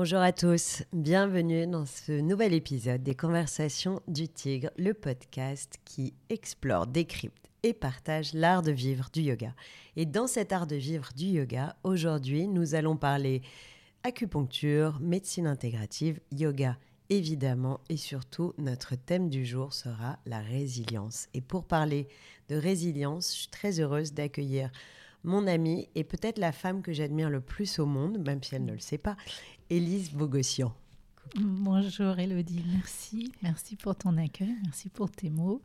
Bonjour à tous, bienvenue dans ce nouvel épisode des Conversations du Tigre, le podcast qui explore, décrypte et partage l'art de vivre du yoga. Et dans cet art de vivre du yoga, aujourd'hui, nous allons parler acupuncture, médecine intégrative, yoga évidemment, et surtout, notre thème du jour sera la résilience. Et pour parler de résilience, je suis très heureuse d'accueillir mon amie et peut-être la femme que j'admire le plus au monde, même si elle ne le sait pas, Élise Bogossian. Bonjour Élodie, merci pour ton accueil, merci pour tes mots.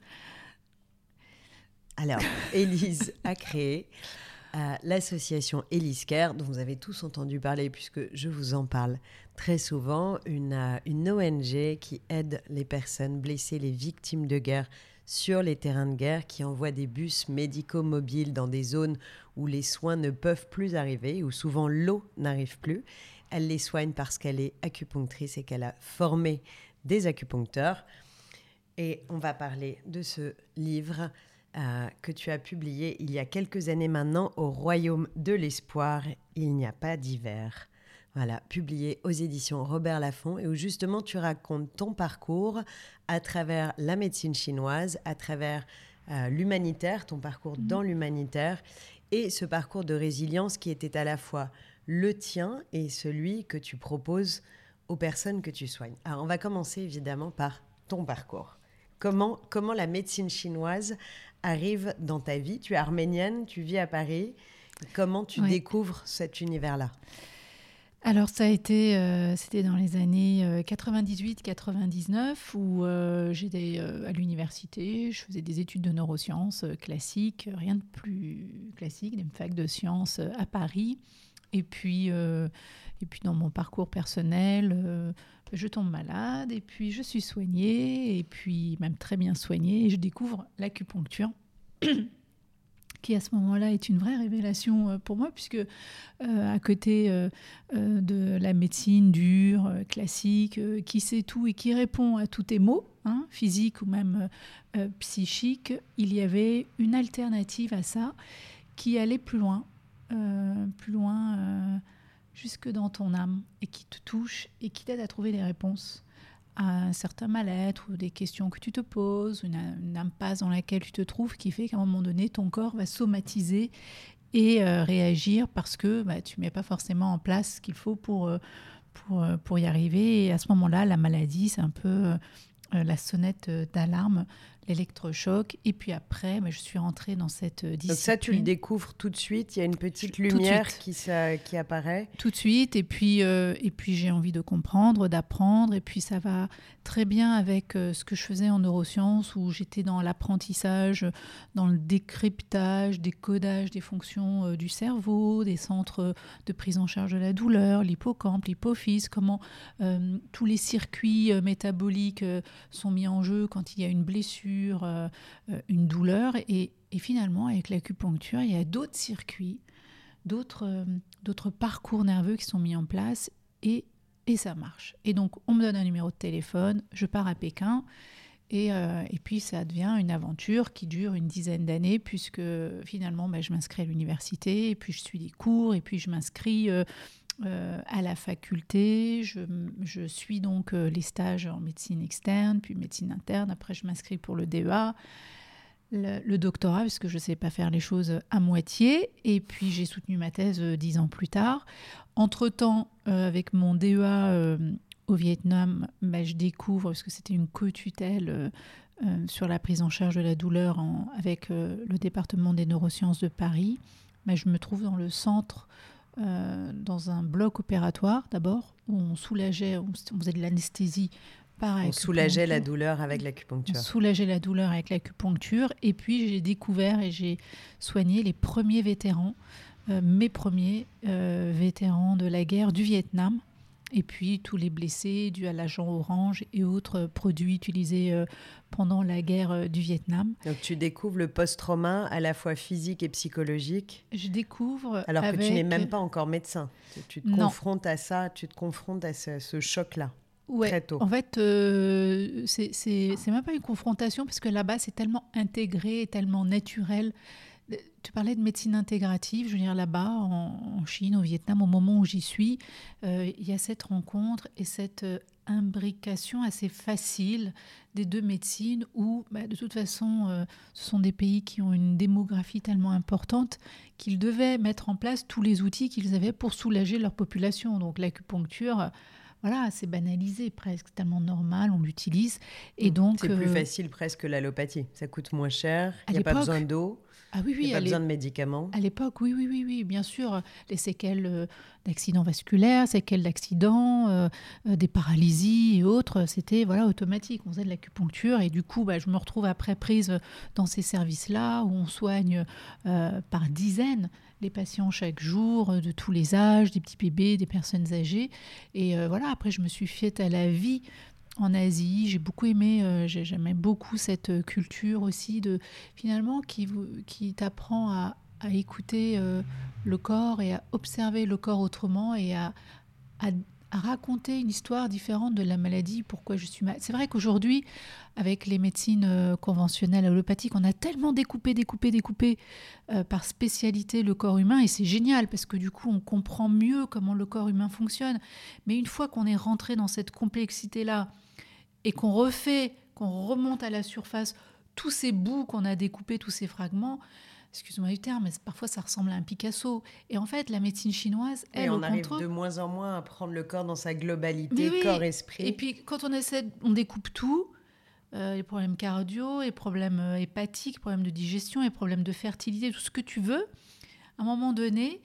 Alors, Élise a créé l'association Élise Care, dont vous avez tous entendu parler puisque je vous en parle très souvent, une ONG qui aide les personnes blessées, les victimes de guerre sur les terrains de guerre, qui envoie des bus médicaux mobiles dans des zones où les soins ne peuvent plus arriver, où souvent l'eau n'arrive plus. Elle les soigne parce qu'elle est acupunctrice et qu'elle a formé des acupuncteurs. Et on va parler de ce livre que tu as publié il y a quelques années maintenant, Au Royaume de l'Espoir, il n'y a pas d'hiver. Voilà, publié aux éditions Robert Laffont et où justement tu racontes ton parcours à travers la médecine chinoise, à travers l'humanitaire, ton parcours dans l'humanitaire et ce parcours de résilience qui était à la fois le tien et celui que tu proposes aux personnes que tu soignes. Alors on va commencer évidemment par ton parcours. Comment la médecine chinoise arrive dans ta vie? Tu es arménienne, tu vis à Paris. Comment tu découvres cet univers-là? Alors ça a été, c'était dans les années 98-99 où j'étais à l'université, je faisais des études de neurosciences classiques, rien de plus classique, des facs de sciences à Paris. Et puis dans mon parcours personnel, je tombe malade et puis je suis soignée et puis même très bien soignée et je découvre l'acupuncture qui à ce moment-là est une vraie révélation pour moi puisque à côté de la médecine dure, classique, qui sait tout et qui répond à tous tes maux, physiques ou même psychiques, il y avait une alternative à ça qui allait plus loin, jusque dans ton âme et qui te touche et qui t'aide à trouver des réponses à un certain mal-être ou des questions que tu te poses, une impasse dans laquelle tu te trouves qui fait qu'à un moment donné, ton corps va somatiser et réagir parce que tu ne mets pas forcément en place ce qu'il faut pour y arriver. Et à ce moment-là, la maladie, c'est un peu la sonnette d'alarme, l'électrochoc. Et puis après, je suis rentrée dans cette discipline. Donc ça, tu le découvres tout de suite. Il y a une petite lumière qui apparaît. Tout de suite. Et puis j'ai envie de comprendre, d'apprendre. Et puis ça va très bien avec ce que je faisais en neurosciences, où j'étais dans l'apprentissage, dans le décryptage, décodage des fonctions du cerveau, des centres de prise en charge de la douleur, l'hippocampe, l'hypophyse, comment tous les circuits métaboliques sont mis en jeu quand il y a une blessure, une douleur. Et finalement, avec l'acupuncture, il y a d'autres circuits, d'autres parcours nerveux qui sont mis en place et ça marche. Et donc, on me donne un numéro de téléphone, je pars à Pékin et puis ça devient une aventure qui dure une dizaine d'années puisque finalement, je m'inscris à l'université et puis je suis des cours et puis je m'inscris à la faculté, je suis donc les stages en médecine externe, puis médecine interne. Après, je m'inscris pour le DEA, le doctorat, parce que je ne sais pas faire les choses à moitié. Et puis, j'ai soutenu ma thèse 10 ans plus tard. Entre-temps, avec mon DEA au Vietnam, je découvre, parce que c'était une co-tutelle sur la prise en charge de la douleur avec le département des neurosciences de Paris, je me trouve dans le centre dans un bloc opératoire d'abord où on soulageait, on faisait de l'anesthésie par acupuncture. On soulageait la douleur avec l'acupuncture. On soulageait la douleur avec l'acupuncture et puis j'ai découvert et j'ai soigné les premiers vétérans, mes premiers vétérans de la guerre du Vietnam. Et puis tous les blessés dus à l'agent orange et autres produits utilisés pendant la guerre du Vietnam. Donc tu découvres le post-trauma à la fois physique et psychologique. Je découvre alors que tu n'es même pas encore médecin. Tu te confrontes à ça, tu te confrontes à ce choc-là. Ouais, très tôt. En fait, c'est même pas une confrontation parce que là-bas c'est tellement intégré, tellement naturel. Tu parlais de médecine intégrative, je veux dire là-bas, en Chine, au Vietnam, au moment où j'y suis, il y a cette rencontre et cette imbrication assez facile des deux médecines où, de toute façon, ce sont des pays qui ont une démographie tellement importante qu'ils devaient mettre en place tous les outils qu'ils avaient pour soulager leur population. Donc l'acupuncture, voilà, c'est banalisé presque, tellement normal, on l'utilise. Et donc, c'est plus facile presque que l'allopathie. Ça coûte moins cher, il n'y a pas besoin d'eau. Ah oui, il n'y a pas besoin de médicaments. À l'époque, oui, bien sûr. Les séquelles d'accidents vasculaires, séquelles d'accidents, des paralysies et autres, c'était automatique. On faisait de l'acupuncture et du coup, je me retrouve après prise dans ces services-là où on soigne par dizaines les patients chaque jour, de tous les âges, des petits bébés, des personnes âgées. Et après, je me suis faite à la vie en Asie. J'ai beaucoup aimé, j'aimais beaucoup cette culture aussi finalement qui t'apprend à écouter le corps et à observer le corps autrement et à raconter une histoire différente de la maladie, pourquoi je suis malade. C'est vrai qu'aujourd'hui, avec les médecines conventionnelles allopathiques, on a tellement découpé par spécialité le corps humain et c'est génial parce que du coup, on comprend mieux comment le corps humain fonctionne. Mais une fois qu'on est rentré dans cette complexité-là et qu'on remonte à la surface tous ces bouts qu'on a découpés, tous ces fragments, excuse-moi du terme, mais parfois ça ressemble à un Picasso. Et en fait, la médecine chinoise, on arrive de moins en moins à prendre le corps dans sa globalité, corps-esprit. Et puis quand on découpe tout, les problèmes cardio, les problèmes hépatiques, les problèmes de digestion, les problèmes de fertilité, tout ce que tu veux, à un moment donné,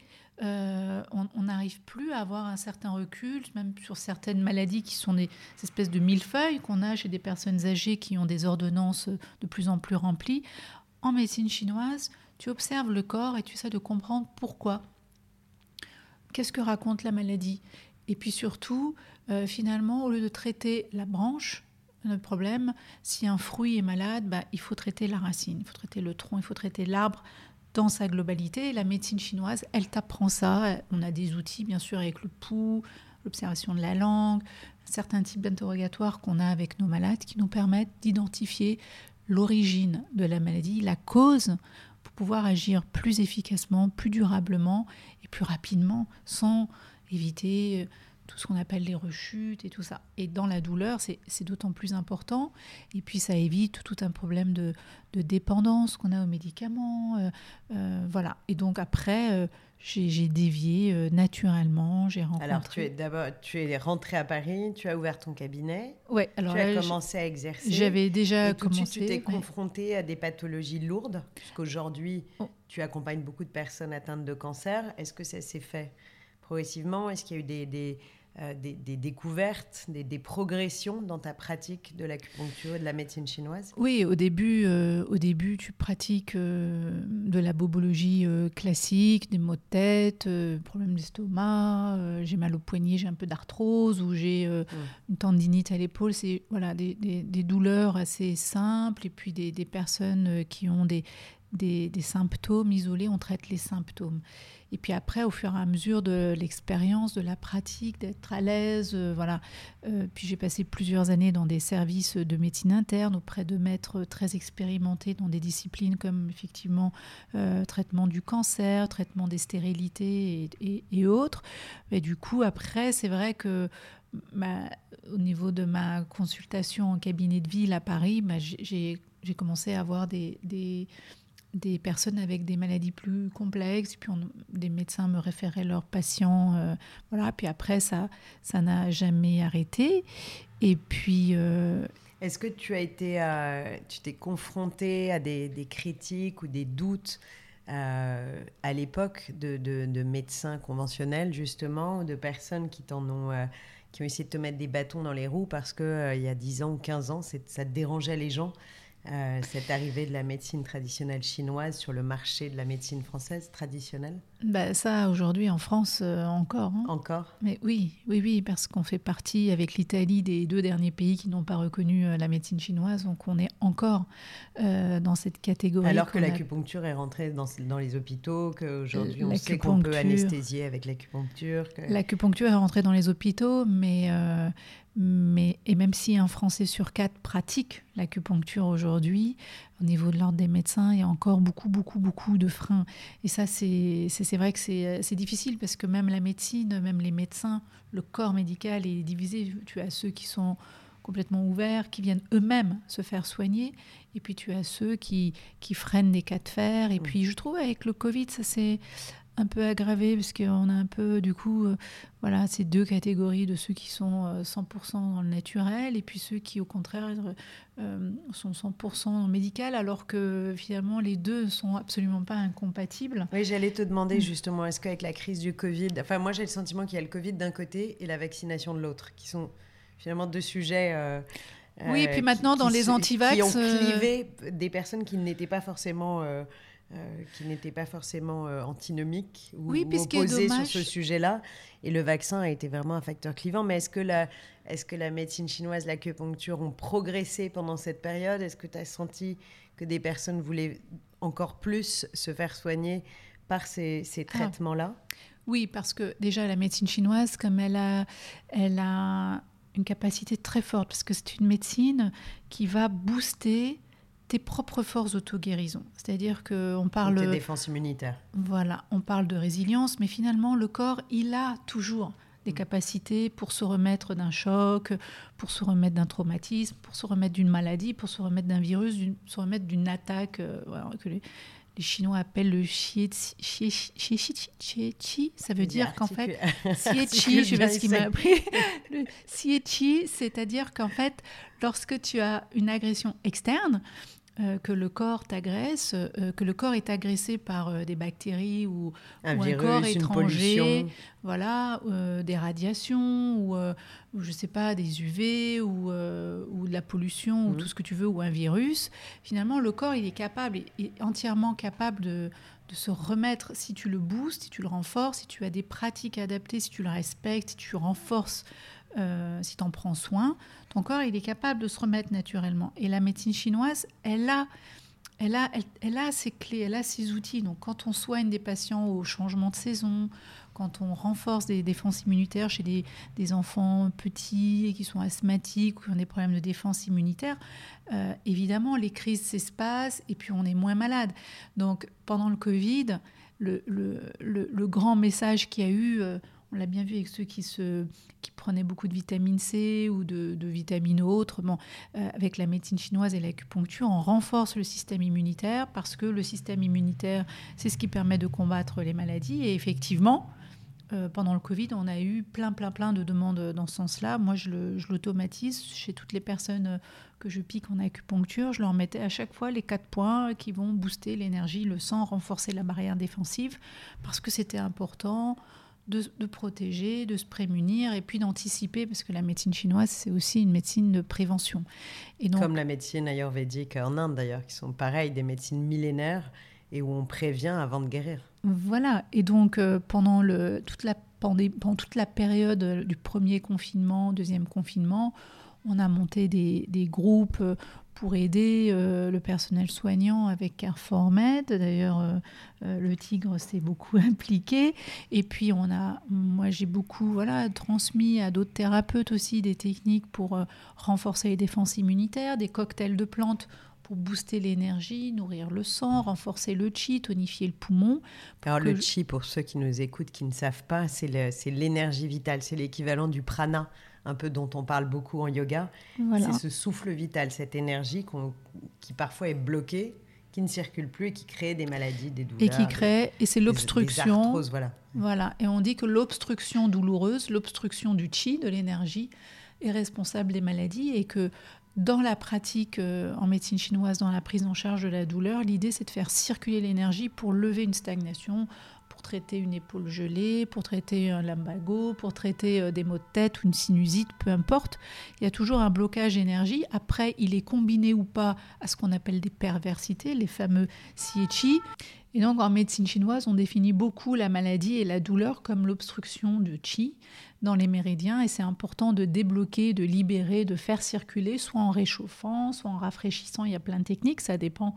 on n'arrive plus à avoir un certain recul, même sur certaines maladies qui sont des espèces de millefeuilles qu'on a chez des personnes âgées qui ont des ordonnances de plus en plus remplies. En médecine chinoise, tu observes le corps et tu essaies de comprendre pourquoi. Qu'est-ce que raconte la maladie ? Et puis surtout, finalement, au lieu de traiter la branche, le problème, si un fruit est malade, il faut traiter la racine, il faut traiter le tronc, il faut traiter l'arbre dans sa globalité. Et la médecine chinoise, elle t'apprend ça. On a des outils, bien sûr, avec le pouls, l'observation de la langue, certains types d'interrogatoires qu'on a avec nos malades qui nous permettent d'identifier l'origine de la maladie, la cause, pour pouvoir agir plus efficacement, plus durablement et plus rapidement, sans éviter tout ce qu'on appelle les rechutes et tout ça. Et dans la douleur, c'est d'autant plus important. Et puis, ça évite tout un problème de dépendance qu'on a aux médicaments. Voilà. Et donc, après, j'ai dévié naturellement. J'ai rencontré... Alors, tu es rentrée à Paris, tu as ouvert ton cabinet. Ouais, alors tu as commencé à exercer. J'avais déjà commencé. Tout de suite, tu t'es confrontée à des pathologies lourdes, puisqu'aujourd'hui, tu accompagnes beaucoup de personnes atteintes de cancer. Est-ce que ça s'est fait progressivement ? Est-ce qu'il y a eu des découvertes, des progressions dans ta pratique de l'acupuncture et de la médecine chinoise ? Oui, au début, tu pratiques de la bobologie classique, des maux de tête, problèmes d'estomac, j'ai mal au poignet, j'ai un peu d'arthrose ou j'ai une tendinite à l'épaule. C'est des douleurs assez simples et puis des personnes qui ont des symptômes isolés, on traite les symptômes. Et puis après, au fur et à mesure de l'expérience, de la pratique, d'être à l'aise, puis j'ai passé plusieurs années dans des services de médecine interne auprès de maîtres très expérimentés dans des disciplines comme effectivement traitement du cancer, traitement des stérilités et autres. Et du coup, après, c'est vrai que au niveau de ma consultation en cabinet de ville à Paris, j'ai commencé à avoir des personnes avec des maladies plus complexes, puis des médecins me référaient leurs patients, puis après ça n'a jamais arrêté. Et puis est-ce que tu t'es confrontée à des critiques ou des doutes à l'époque de médecins conventionnels justement, ou de personnes qui ont essayé de te mettre des bâtons dans les roues parce que il y a 10 ans ou 15 ans ça dérangeait les gens? Cette arrivée de la médecine traditionnelle chinoise sur le marché de la médecine française traditionnelle ? Ça, aujourd'hui, en France, encore. Hein. Encore ? Mais oui, parce qu'on fait partie, avec l'Italie, des 2 derniers pays qui n'ont pas reconnu la médecine chinoise. Donc, on est encore dans cette catégorie. Alors que l'acupuncture est rentrée dans les hôpitaux, qu'aujourd'hui, on sait qu'on peut anesthésier avec l'acupuncture. L'acupuncture est rentrée dans les hôpitaux, mais Et même si un Français sur 4 pratique l'acupuncture aujourd'hui, au niveau de l'ordre des médecins, il y a encore beaucoup de freins. Et ça, c'est vrai que c'est difficile parce que même la médecine, même les médecins, le corps médical est divisé. Tu as ceux qui sont complètement ouverts, qui viennent eux-mêmes se faire soigner. Et puis tu as ceux qui freinent des cas de fer. Et puis je trouve avec le Covid, ça c'est un peu aggravé parce qu'on a un peu du coup voilà, ces deux catégories de ceux qui sont 100% dans le naturel et puis ceux qui au contraire sont 100% dans le médical, alors que finalement les deux ne sont absolument pas incompatibles. Oui, j'allais te demander justement, est-ce qu'avec la crise du Covid, enfin moi j'ai le sentiment qu'il y a le Covid d'un côté et la vaccination de l'autre, qui sont finalement deux sujets oui, et puis maintenant dans les antivax qui ont clivé des personnes qui n'étaient pas forcément antinomiques ou opposées sur ce sujet-là. Et le vaccin a été vraiment un facteur clivant. Mais est-ce que la médecine chinoise, l'acupuncture ont progressé pendant cette période ? Est-ce que tu as senti que des personnes voulaient encore plus se faire soigner par ces traitements-là ? Oui, parce que déjà la médecine chinoise, comme elle a une capacité très forte, parce que c'est une médecine qui va booster tes propres forces d'auto-guérison. C'est-à-dire qu'on parle... de défense immunitaire. Voilà, on parle de résilience, mais finalement, le corps, il a toujours des capacités pour se remettre d'un choc, pour se remettre d'un traumatisme, pour se remettre d'une maladie, pour se remettre d'un virus, se remettre d'une attaque que les Chinois appellent le xie qi. Ça veut dire qu'en fait... Xie qi, je sais pas ce qu'il m'a appris. Le xie qi, c'est-à-dire qu'en fait, lorsque tu as une agression externe, que le corps t'agresse, que le corps est agressé par des bactéries ou un corps étranger, voilà, des radiations ou je sais pas, des UV ou de la pollution ou tout ce que tu veux, ou un virus. Finalement, le corps, il est capable, est entièrement capable de se remettre si tu le boostes, si tu le renforces, si tu as des pratiques adaptées, si tu le respectes, si tu renforces, si tu en prends soin, ton corps il est capable de se remettre naturellement. Et la médecine chinoise, elle a ses clés, elle a ses outils. Donc quand on soigne des patients au changement de saison, quand on renforce des défenses immunitaires chez des enfants petits qui sont asthmatiques ou qui ont des problèmes de défense immunitaire, évidemment les crises s'espacent et puis on est moins malade. Donc pendant le Covid, le grand message qu'il y a eu, on l'a bien vu avec ceux qui prenaient beaucoup de vitamine C ou de vitamines autres. Bon, avec la médecine chinoise et l'acupuncture, on renforce le système immunitaire parce que le système immunitaire, c'est ce qui permet de combattre les maladies. Et effectivement, pendant le Covid, on a eu plein de demandes dans ce sens-là. Moi, je l'automatise chez toutes les personnes que je pique en acupuncture. Je leur mettais à chaque fois les 4 points qui vont booster l'énergie, le sang, renforcer la barrière défensive, parce que c'était important de protéger, de se prémunir et puis d'anticiper, parce que la médecine chinoise, c'est aussi une médecine de prévention. Et donc, comme la médecine ayurvédique en Inde d'ailleurs, qui sont pareilles, des médecines millénaires et où on prévient avant de guérir. Voilà, et donc pendant toute la période du premier confinement, deuxième confinement, on a monté des groupes pour aider le personnel soignant avec CareForMed. D'ailleurs, le Tigre s'est beaucoup impliqué. Et puis, moi, j'ai beaucoup transmis à d'autres thérapeutes aussi des techniques pour renforcer les défenses immunitaires, des cocktails de plantes pour booster l'énergie, nourrir le sang, renforcer le qi, tonifier le poumon. Alors le qi, pour ceux qui nous écoutent, qui ne savent pas, c'est l'énergie vitale, c'est l'équivalent du prana, un peu dont on parle beaucoup en yoga. Voilà. C'est ce souffle vital, cette énergie qui parfois est bloquée, qui ne circule plus et qui crée des maladies, des douleurs. Et c'est l'obstruction. Des arthroses, Voilà. Et on dit que l'obstruction douloureuse, l'obstruction du qi, de l'énergie, est responsable des maladies, et que dans la pratique en médecine chinoise, dans la prise en charge de la douleur, l'idée c'est de faire circuler l'énergie pour lever une stagnation, pour traiter une épaule gelée, pour traiter un lumbago, pour traiter des maux de tête ou une sinusite, peu importe. Il y a toujours un blocage d'énergie. Après, il est combiné ou pas à ce qu'on appelle des perversités, les fameux xie qi. Et donc, en médecine chinoise, on définit beaucoup la maladie et la douleur comme l'obstruction du qi dans les méridiens. Et c'est important de débloquer, de libérer, de faire circuler, soit en réchauffant, soit en rafraîchissant. Il y a plein de techniques, ça dépend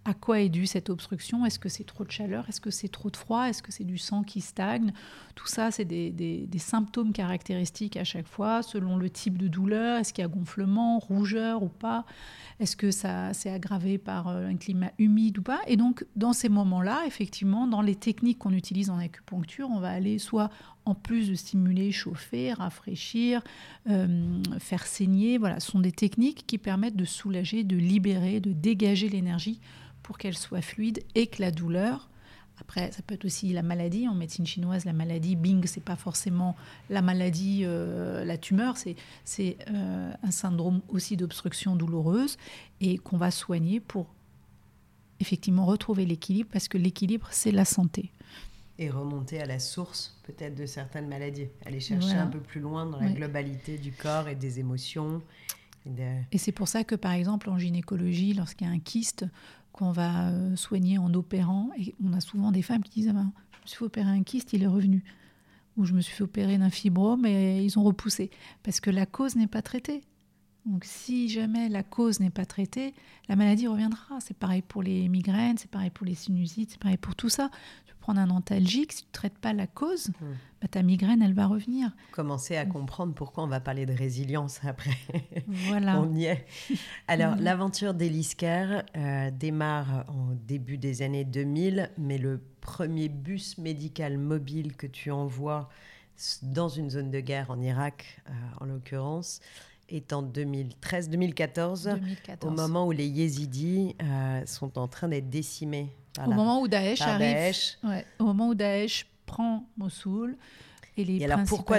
à quoi est due cette obstruction. Est-ce que c'est trop de chaleur? Est-ce que c'est trop de froid? Est-ce que c'est du sang qui stagne? Tout ça, c'est des symptômes caractéristiques à chaque fois, selon le type de douleur. Est-ce qu'il y a gonflement, rougeur ou pas? Est-ce que ça s'est aggravé par un climat humide ou pas? Et donc, dans ces moments-là, effectivement, dans les techniques qu'on utilise en acupuncture, on va aller soit en plus de stimuler, chauffer, rafraîchir, faire saigner. Voilà, ce sont des techniques qui permettent de soulager, de libérer, de dégager l'énergie pour qu'elle soit fluide et que la douleur... Après, ça peut être aussi la maladie. En médecine chinoise, la maladie, bing, c'est pas forcément la maladie, la tumeur, c'est un syndrome aussi d'obstruction douloureuse et qu'on va soigner pour effectivement retrouver l'équilibre, parce que l'équilibre, c'est la santé. Et remonter à la source peut-être de certaines maladies. Aller chercher un peu plus loin dans la globalité du corps et des émotions. Et c'est pour ça que, par exemple, en gynécologie, lorsqu'il y a un kyste qu'on va soigner en opérant, et on a souvent des femmes qui disent « je me suis fait opérer un kyste, il est revenu ». Ou « je me suis fait opérer d'un fibrome et ils ont repoussé ». Parce que la cause n'est pas traitée. Donc si jamais la cause n'est pas traitée, la maladie reviendra. C'est pareil pour les migraines, c'est pareil pour les sinusites, c'est pareil pour tout ça. Tu peux prendre un antalgique, si tu ne traites pas la cause, ta migraine, elle va revenir. Commencer à comprendre pourquoi on va parler de résilience après. Voilà. On y est. Alors, l'aventure d'Elise Kerr démarre en début des années 2000, mais le premier bus médical mobile que tu envoies dans une zone de guerre en Irak, en l'occurrence, est en 2014, au moment où les Yézidis sont en train d'être décimés. Au moment où Daesh arrive. Daesh. Ouais, au moment où Daesh prend Mossoul. Et alors pourquoi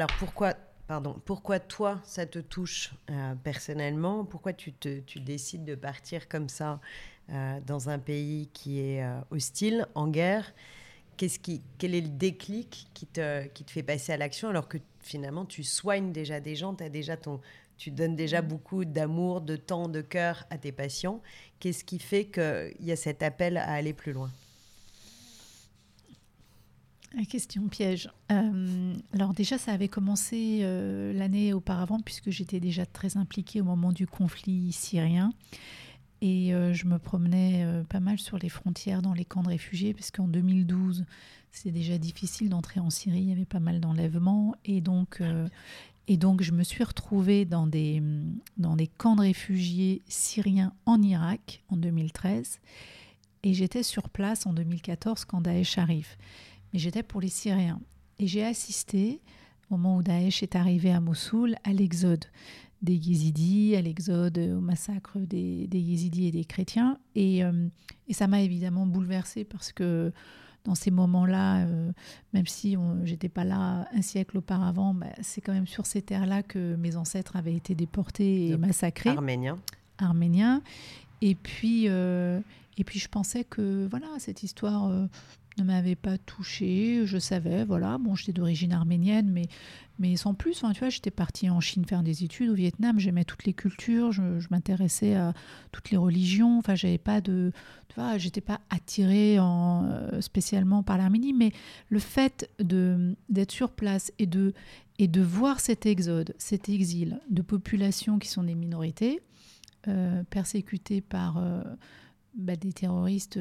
toi, ça te touche personnellement? Pourquoi tu décides de partir comme ça dans un pays qui est hostile, en guerre? Quel est le déclic qui te fait passer à l'action alors que finalement tu soignes déjà des gens, tu donnes déjà beaucoup d'amour, de temps, de cœur à tes patients? Qu'est-ce qui fait qu'il y a cet appel à aller plus loin? La question piège. Alors déjà, ça avait commencé l'année auparavant, puisque j'étais déjà très impliquée au moment du conflit syrien. Et je me promenais pas mal sur les frontières, dans les camps de réfugiés, parce qu'en 2012, c'était déjà difficile d'entrer en Syrie, il y avait pas mal d'enlèvements. Et donc, je me suis retrouvée dans des camps de réfugiés syriens en Irak, en 2013. Et j'étais sur place en 2014 quand Daesh arrive. Mais j'étais pour les Syriens. Et j'ai assisté, au moment où Daesh est arrivé à Mossoul, à l'exode des Yézidis, à l'exode, au massacre des Yézidis et des chrétiens. Et ça m'a évidemment bouleversée parce que dans ces moments-là, même si j'étais pas là un siècle auparavant, c'est quand même sur ces terres-là que mes ancêtres avaient été déportés et massacrés. Arméniens. Et puis je pensais que voilà, cette histoire ne m'avait pas touchée. Je savais, voilà, bon, j'étais d'origine arménienne, mais sans plus. Enfin, tu vois, j'étais partie en Chine faire des études, au Vietnam, j'aimais toutes les cultures, je m'intéressais à toutes les religions. Enfin, j'avais pas tu vois, j'étais pas attirée spécialement par l'Arménie, mais le fait d'être sur place et de voir cet exode, cet exil de populations qui sont des minorités, persécutées par des terroristes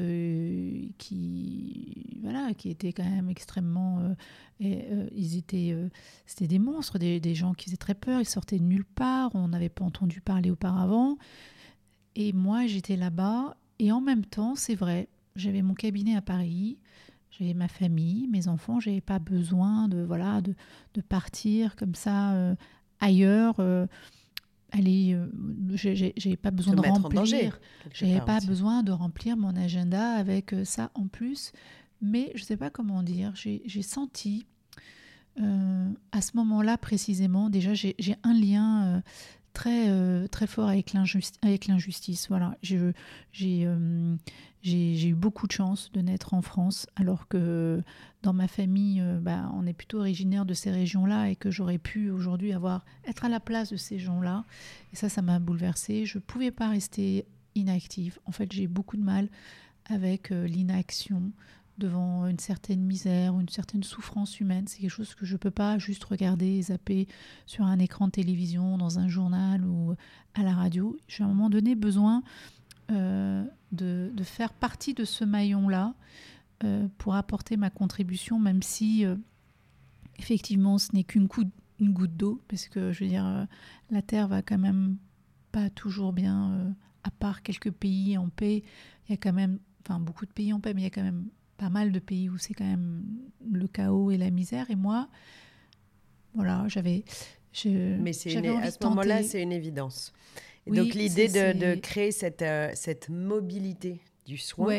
qui étaient quand même extrêmement... c'était des monstres, des gens qui faisaient très peur, ils sortaient de nulle part, on n'avait pas entendu parler auparavant. Et moi, j'étais là-bas, et en même temps, c'est vrai, j'avais mon cabinet à Paris, j'avais ma famille, mes enfants, j'avais pas besoin de partir comme ça ailleurs. J'avais pas besoin de remplir. J'avais pas besoin de remplir mon agenda avec ça en plus. Mais je sais pas comment dire. J'ai senti à ce moment-là précisément. Déjà, j'ai un lien très fort avec l'injustice. Voilà. J'ai eu beaucoup de chance de naître en France, alors que dans ma famille, on est plutôt originaire de ces régions-là et que j'aurais pu aujourd'hui être à la place de ces gens-là. Et ça m'a bouleversée. Je ne pouvais pas rester inactive. En fait, j'ai beaucoup de mal avec l'inaction devant une certaine misère ou une certaine souffrance humaine. C'est quelque chose que je ne peux pas juste regarder et zapper sur un écran de télévision, dans un journal ou à la radio. J'ai à un moment donné besoin de faire partie de ce maillon-là pour apporter ma contribution, même si effectivement ce n'est qu'une goutte d'eau, parce que je veux dire, la Terre va quand même pas toujours bien, à part quelques pays en paix. Il y a quand même, beaucoup de pays en paix, mais il y a quand même pas mal de pays où c'est quand même le chaos et la misère. Et moi, voilà, Mais à ce moment-là, c'est une évidence. Et donc l'idée de créer cette mobilité du soin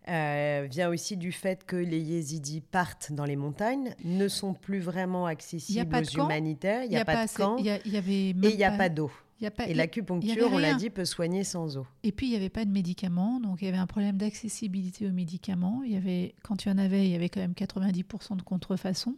vient aussi du fait que les Yézidis partent dans les montagnes, ne sont plus vraiment accessibles aux humanitaires, il n'y a pas de camp, et il n'y a pas d'eau. Et l'acupuncture, on l'a dit, peut soigner sans eau. Et puis, il n'y avait pas de médicaments, donc il y avait un problème d'accessibilité aux médicaments. Quand il y en avait, il y avait quand même 90% de contrefaçons.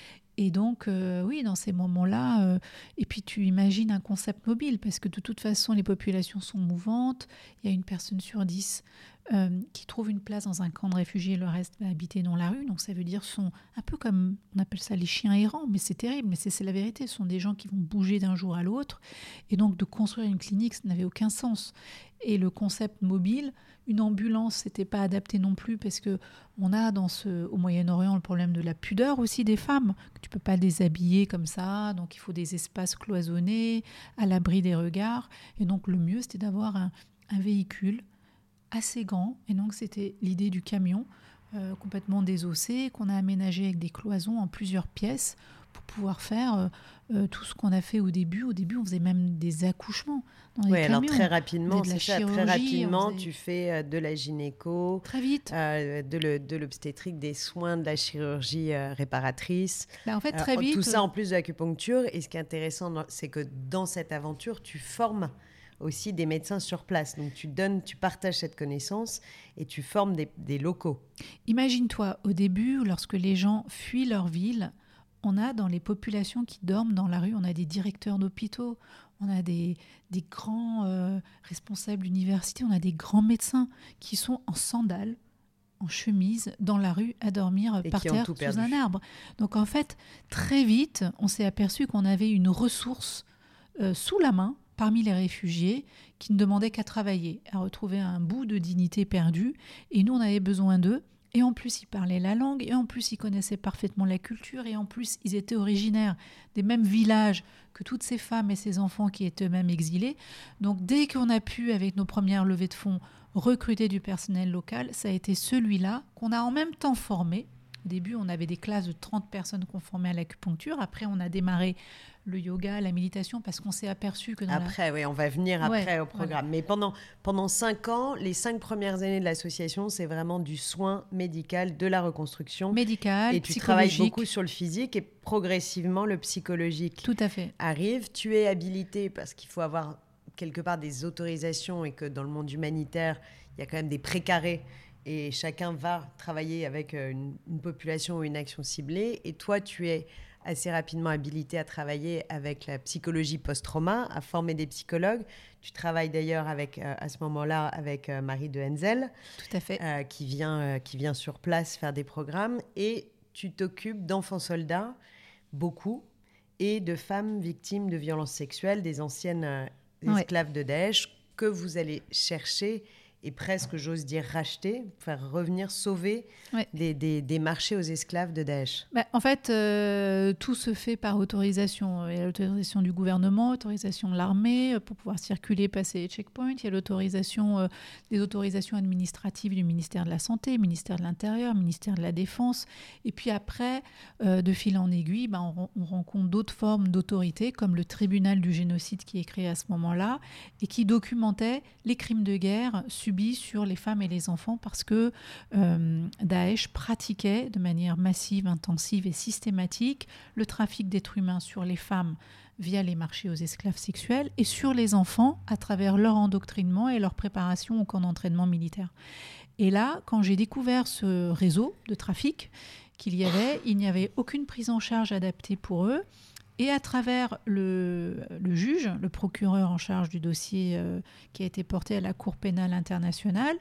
Et donc, oui, dans ces moments-là, et puis tu imagines un concept mobile, parce que de toute façon, les populations sont mouvantes. Il y a 1 personne sur 10 qui trouve une place dans un camp de réfugiés, le reste va habiter dans la rue. Donc ça veut dire, sont un peu comme, on appelle ça les chiens errants, mais c'est terrible, mais c'est la vérité. Ce sont des gens qui vont bouger d'un jour à l'autre. Et donc, de construire une clinique, ça n'avait aucun sens. Et le concept mobile, une ambulance, c'était pas adapté non plus, parce que on a au Moyen-Orient le problème de la pudeur aussi des femmes, que tu peux pas déshabiller comme ça, donc il faut des espaces cloisonnés, à l'abri des regards. Et donc le mieux, c'était d'avoir un véhicule assez grand. Et donc c'était l'idée du camion, complètement désossé, qu'on a aménagé avec des cloisons en plusieurs pièces pour pouvoir faire tout ce qu'on a fait au début. Au début, on faisait même des accouchements dans les camions. Alors très rapidement, très rapidement, tu fais de la gynéco, très vite, de l'obstétrique, des soins, de la chirurgie réparatrice. En fait, très vite. Tout ça en plus de l'acupuncture. Et ce qui est intéressant, c'est que dans cette aventure, tu formes aussi des médecins sur place. Donc tu partages cette connaissance et tu formes des locaux. Imagine-toi, au début, lorsque les gens fuient leur ville, on a dans les populations qui dorment dans la rue, on a des directeurs d'hôpitaux, on a des grands responsables d'université, on a des grands médecins qui sont en sandales, en chemise, dans la rue, à dormir par terre sous un arbre. Donc en fait, très vite, on s'est aperçu qu'on avait une ressource sous la main parmi les réfugiés qui ne demandaient qu'à travailler, à retrouver un bout de dignité perdue. Et nous, on avait besoin d'eux. Et en plus, ils parlaient la langue, et en plus, ils connaissaient parfaitement la culture, et en plus, ils étaient originaires des mêmes villages que toutes ces femmes et ces enfants qui étaient eux-mêmes exilés. Donc, dès qu'on a pu, avec nos premières levées de fonds, recruter du personnel local, ça a été celui-là qu'on a en même temps formé. Au début, on avait des classes de 30 personnes qu'on formait à l'acupuncture. Après, on a démarré le yoga, la méditation, parce qu'on s'est aperçu que oui, on va venir après au programme. Voilà. Mais pendant 5 ans, les 5 premières années de l'association, c'est vraiment du soin médical, de la reconstruction. Médical, et tu travailles beaucoup sur le physique et progressivement, le psychologique Tout à fait. arrive. Tu es habilité parce qu'il faut avoir quelque part des autorisations et que dans le monde humanitaire, il y a quand même des précarés. Et chacun va travailler avec une population ou une action ciblée. Et toi, tu es assez rapidement habilité à travailler avec la psychologie post-trauma, à former des psychologues. Tu travailles d'ailleurs à ce moment-là avec Marie de Henzel. Tout à fait. Qui vient sur place faire des programmes. Et tu t'occupes d'enfants soldats, beaucoup, et de femmes victimes de violences sexuelles, des anciennes esclaves de Daesh, que vous allez chercher et presque, j'ose dire, racheter, faire revenir, sauver des marchés aux esclaves de Daesh. En fait, tout se fait par autorisation. Il y a l'autorisation du gouvernement, l'autorisation de l'armée pour pouvoir circuler, passer les checkpoints. Il y a des autorisations administratives du ministère de la Santé, ministère de l'Intérieur, ministère de la Défense. Et puis après, de fil en aiguille, on rencontre d'autres formes d'autorité, comme le tribunal du génocide qui est créé à ce moment-là et qui documentait les crimes de guerre subis sur les femmes et les enfants, parce que Daesh pratiquait de manière massive, intensive et systématique le trafic d'êtres humains sur les femmes via les marchés aux esclaves sexuels et sur les enfants à travers leur endoctrinement et leur préparation au camp d'entraînement militaire. Et là, quand j'ai découvert ce réseau de trafic il n'y avait aucune prise en charge adaptée pour eux. Et à travers le juge, le procureur en charge du dossier qui a été porté à la Cour pénale internationale,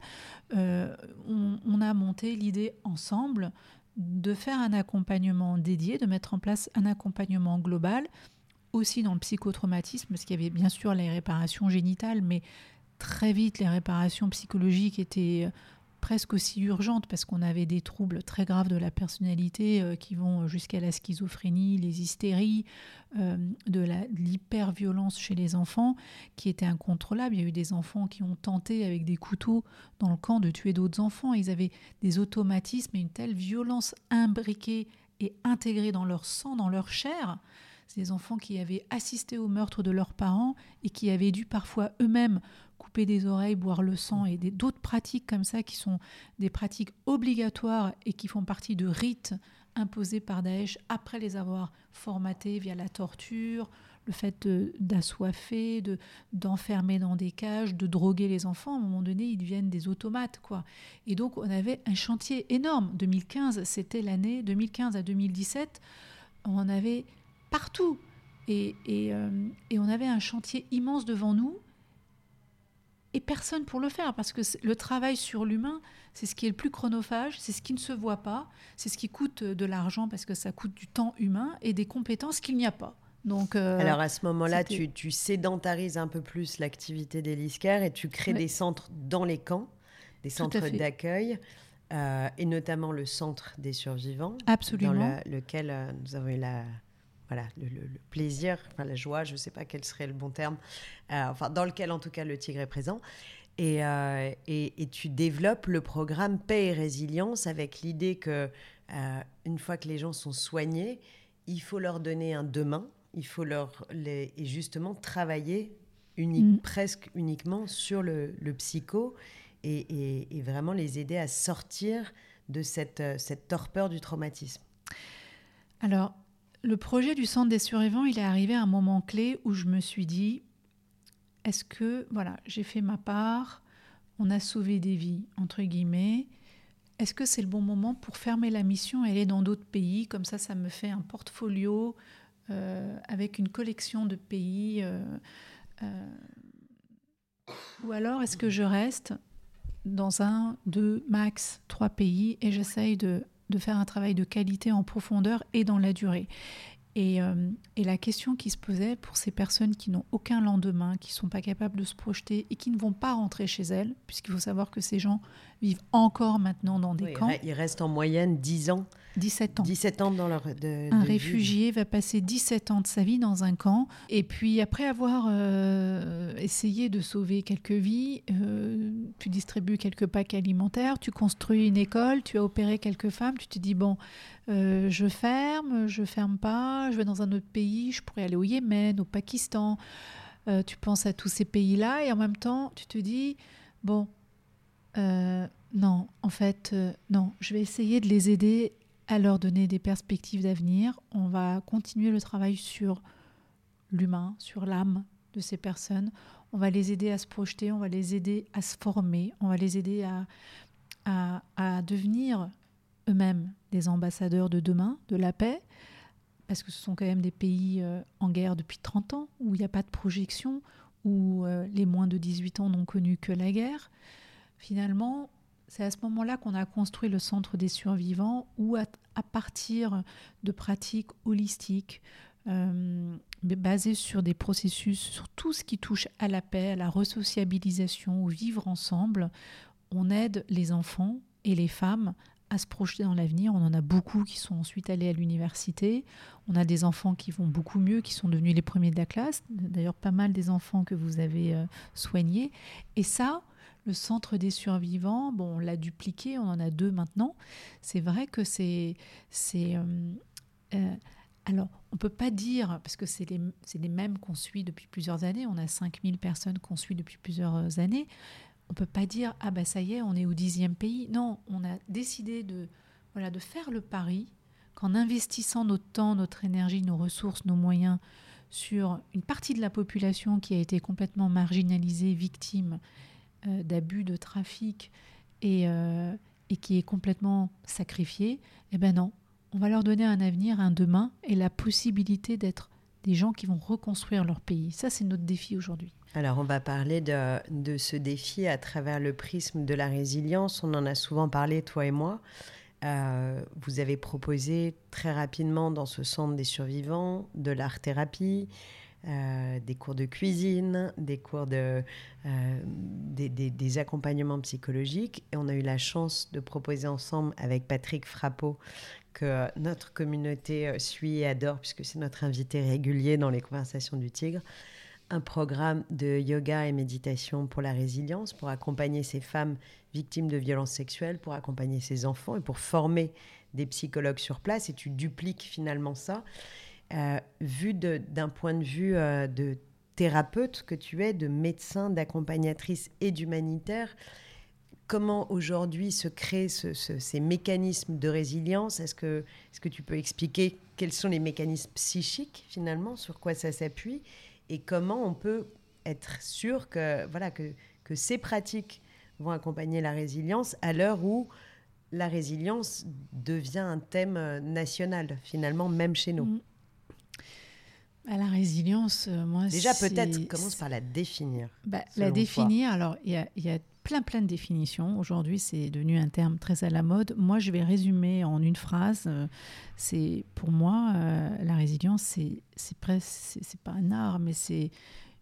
on a monté l'idée ensemble de faire un accompagnement dédié, de mettre en place un accompagnement global, aussi dans le psychotraumatisme, parce qu'il y avait bien sûr les réparations génitales, mais très vite, les réparations psychologiques étaient presque aussi urgentes parce qu'on avait des troubles très graves de la personnalité qui vont jusqu'à la schizophrénie, les hystéries, de l'hyperviolence chez les enfants qui était incontrôlable. Il y a eu des enfants qui ont tenté avec des couteaux dans le camp de tuer d'autres enfants. Ils avaient des automatismes et une telle violence imbriquée et intégrée dans leur sang, dans leur chair. C'est des enfants qui avaient assisté au meurtre de leurs parents et qui avaient dû parfois eux-mêmes couper des oreilles, boire le sang et d'autres pratiques comme ça qui sont des pratiques obligatoires et qui font partie de rites imposés par Daesh après les avoir formatés via la torture, le fait d'assoiffer, d'enfermer dans des cages, de droguer les enfants. À un moment donné, ils deviennent des automates, quoi. Et donc, on avait un chantier énorme. 2015, c'était l'année 2015 à 2017. On en avait partout. Et on avait un chantier immense devant nous. Et personne pour le faire, parce que le travail sur l'humain, c'est ce qui est le plus chronophage, c'est ce qui ne se voit pas, c'est ce qui coûte de l'argent parce que ça coûte du temps humain et des compétences qu'il n'y a pas. Donc, alors à ce moment-là, tu sédentarises un peu plus l'activité d'Eliscare et tu crées des centres dans les camps, des centres d'accueil, et notamment le centre des survivants, absolument, dans lequel nous avons eu le plaisir, enfin la joie, je ne sais pas quel serait le bon terme, dans lequel en tout cas le Tigre est présent. Et tu développes le programme Paix et Résilience avec l'idée que une fois que les gens sont soignés, il faut leur donner un demain, il faut et justement travailler presque uniquement sur le psycho et vraiment les aider à sortir de cette torpeur du traumatisme. Alors, le projet du Centre des survivants, il est arrivé à un moment clé où je me suis dit, est-ce que, j'ai fait ma part, on a sauvé des vies, entre guillemets, est-ce que c'est le bon moment pour fermer la mission et aller dans d'autres pays? Comme ça me fait un portfolio avec une collection de pays. Ou alors, est-ce que je reste dans 1, 2, max 3 pays et j'essaye de faire un travail de qualité en profondeur et dans la durée. Et la question qui se posait pour ces personnes qui n'ont aucun lendemain, qui ne sont pas capables de se projeter et qui ne vont pas rentrer chez elles, puisqu'il faut savoir que ces gens vivent encore maintenant dans des camps. Ils restent en moyenne 10 ans. 17 ans. 17 ans dans leur Un réfugié va passer 17 ans de sa vie dans un camp. Et puis après avoir essayé de sauver quelques vies, tu distribues quelques packs alimentaires, tu construis une école, tu as opéré quelques femmes, tu te dis je ferme pas, je vais dans un autre pays, je pourrais aller au Yémen, au Pakistan. Tu penses à tous ces pays-là et en même temps, tu te dis non, en fait, non, je vais essayer de les aider à leur donner des perspectives d'avenir. On va continuer le travail sur l'humain, sur l'âme de ces personnes. On va les aider à se projeter, on va les aider à se former, on va les aider à devenir eux-mêmes des ambassadeurs de demain, de la paix, parce que ce sont quand même des pays en guerre depuis 30 ans, où il n'y a pas de projection, où les moins de 18 ans n'ont connu que la guerre. Finalement, c'est à ce moment-là qu'on a construit le Centre des survivants, où à partir de pratiques holistiques, basées sur des processus, sur tout ce qui touche à la paix, à la resociabilisation, au vivre ensemble, on aide les enfants et les femmes à se projeter dans l'avenir. On en a beaucoup qui sont ensuite allés à l'université. On a des enfants qui vont beaucoup mieux, qui sont devenus les premiers de la classe. D'ailleurs, pas mal des enfants que vous avez soignés. Et ça, le Centre des survivants, on l'a dupliqué, on en a 2 maintenant. C'est vrai que alors, on ne peut pas dire, parce que c'est les mêmes qu'on suit depuis plusieurs années, on a 5000 personnes qu'on suit depuis plusieurs années, on ne peut pas dire « Ah ben ça y est, on est au 10e pays ». Non, on a décidé de faire le pari qu'en investissant notre temps, notre énergie, nos ressources, nos moyens sur une partie de la population qui a été complètement marginalisée, victime d'abus, de trafic et qui est complètement sacrifiée, non, on va leur donner un avenir, un demain et la possibilité d'être des gens qui vont reconstruire leur pays. Ça, c'est notre défi aujourd'hui. Alors, on va parler de ce défi à travers le prisme de la résilience. On en a souvent parlé, toi et moi. Vous avez proposé très rapidement dans ce centre des survivants de l'art-thérapie, des cours de cuisine, des cours des accompagnements psychologiques. Et on a eu la chance de proposer ensemble avec Patrick Frappot, que notre communauté suit et adore, puisque c'est notre invité régulier dans les Conversations du Tigre, un programme de yoga et méditation pour la résilience, pour accompagner ces femmes victimes de violences sexuelles, pour accompagner ces enfants et pour former des psychologues sur place. Et tu dupliques finalement ça. Vu d'un point de vue de thérapeute que tu es, de médecin, d'accompagnatrice et d'humanitaire, comment aujourd'hui se créent ces mécanismes de résilience ? Est-ce que tu peux expliquer quels sont les mécanismes psychiques, finalement, sur quoi ça s'appuie, et comment on peut être sûr que ces pratiques vont accompagner la résilience à l'heure où la résilience devient un thème national, finalement, même chez nous. À la résilience, moi, déjà, peut-être, commence par la définir. La définir, alors, il y a plein de définitions. Aujourd'hui, c'est devenu un terme très à la mode. Moi, je vais résumer en une phrase. C'est, pour moi, la résilience, c'est pas un art, mais c'est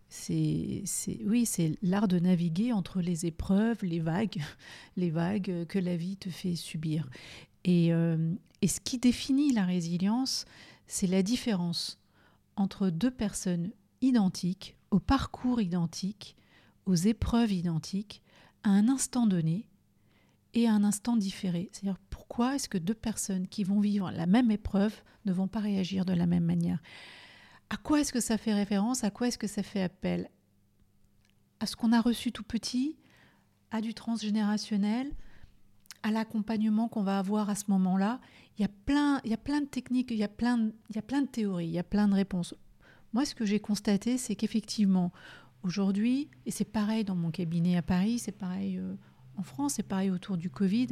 l'art de naviguer entre les épreuves, les vagues que la vie te fait subir. Et ce qui définit la résilience, c'est la différence entre deux personnes identiques, au parcours identique, aux épreuves identiques, à un instant donné et à un instant différé. C'est-à-dire, pourquoi est-ce que deux personnes qui vont vivre la même épreuve ne vont pas réagir de la même manière ? À quoi est-ce que ça fait référence ? À quoi est-ce que ça fait appel ? À ce qu'on a reçu tout petit, à du transgénérationnel, à l'accompagnement qu'on va avoir à ce moment-là. Il y a plein de techniques, il y a plein de théories, il y a plein de réponses. Moi, ce que j'ai constaté, c'est qu'effectivement, aujourd'hui, et c'est pareil dans mon cabinet à Paris, c'est pareil en France, c'est pareil autour du Covid,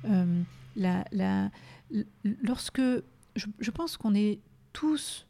lorsque je pense qu'on est tous,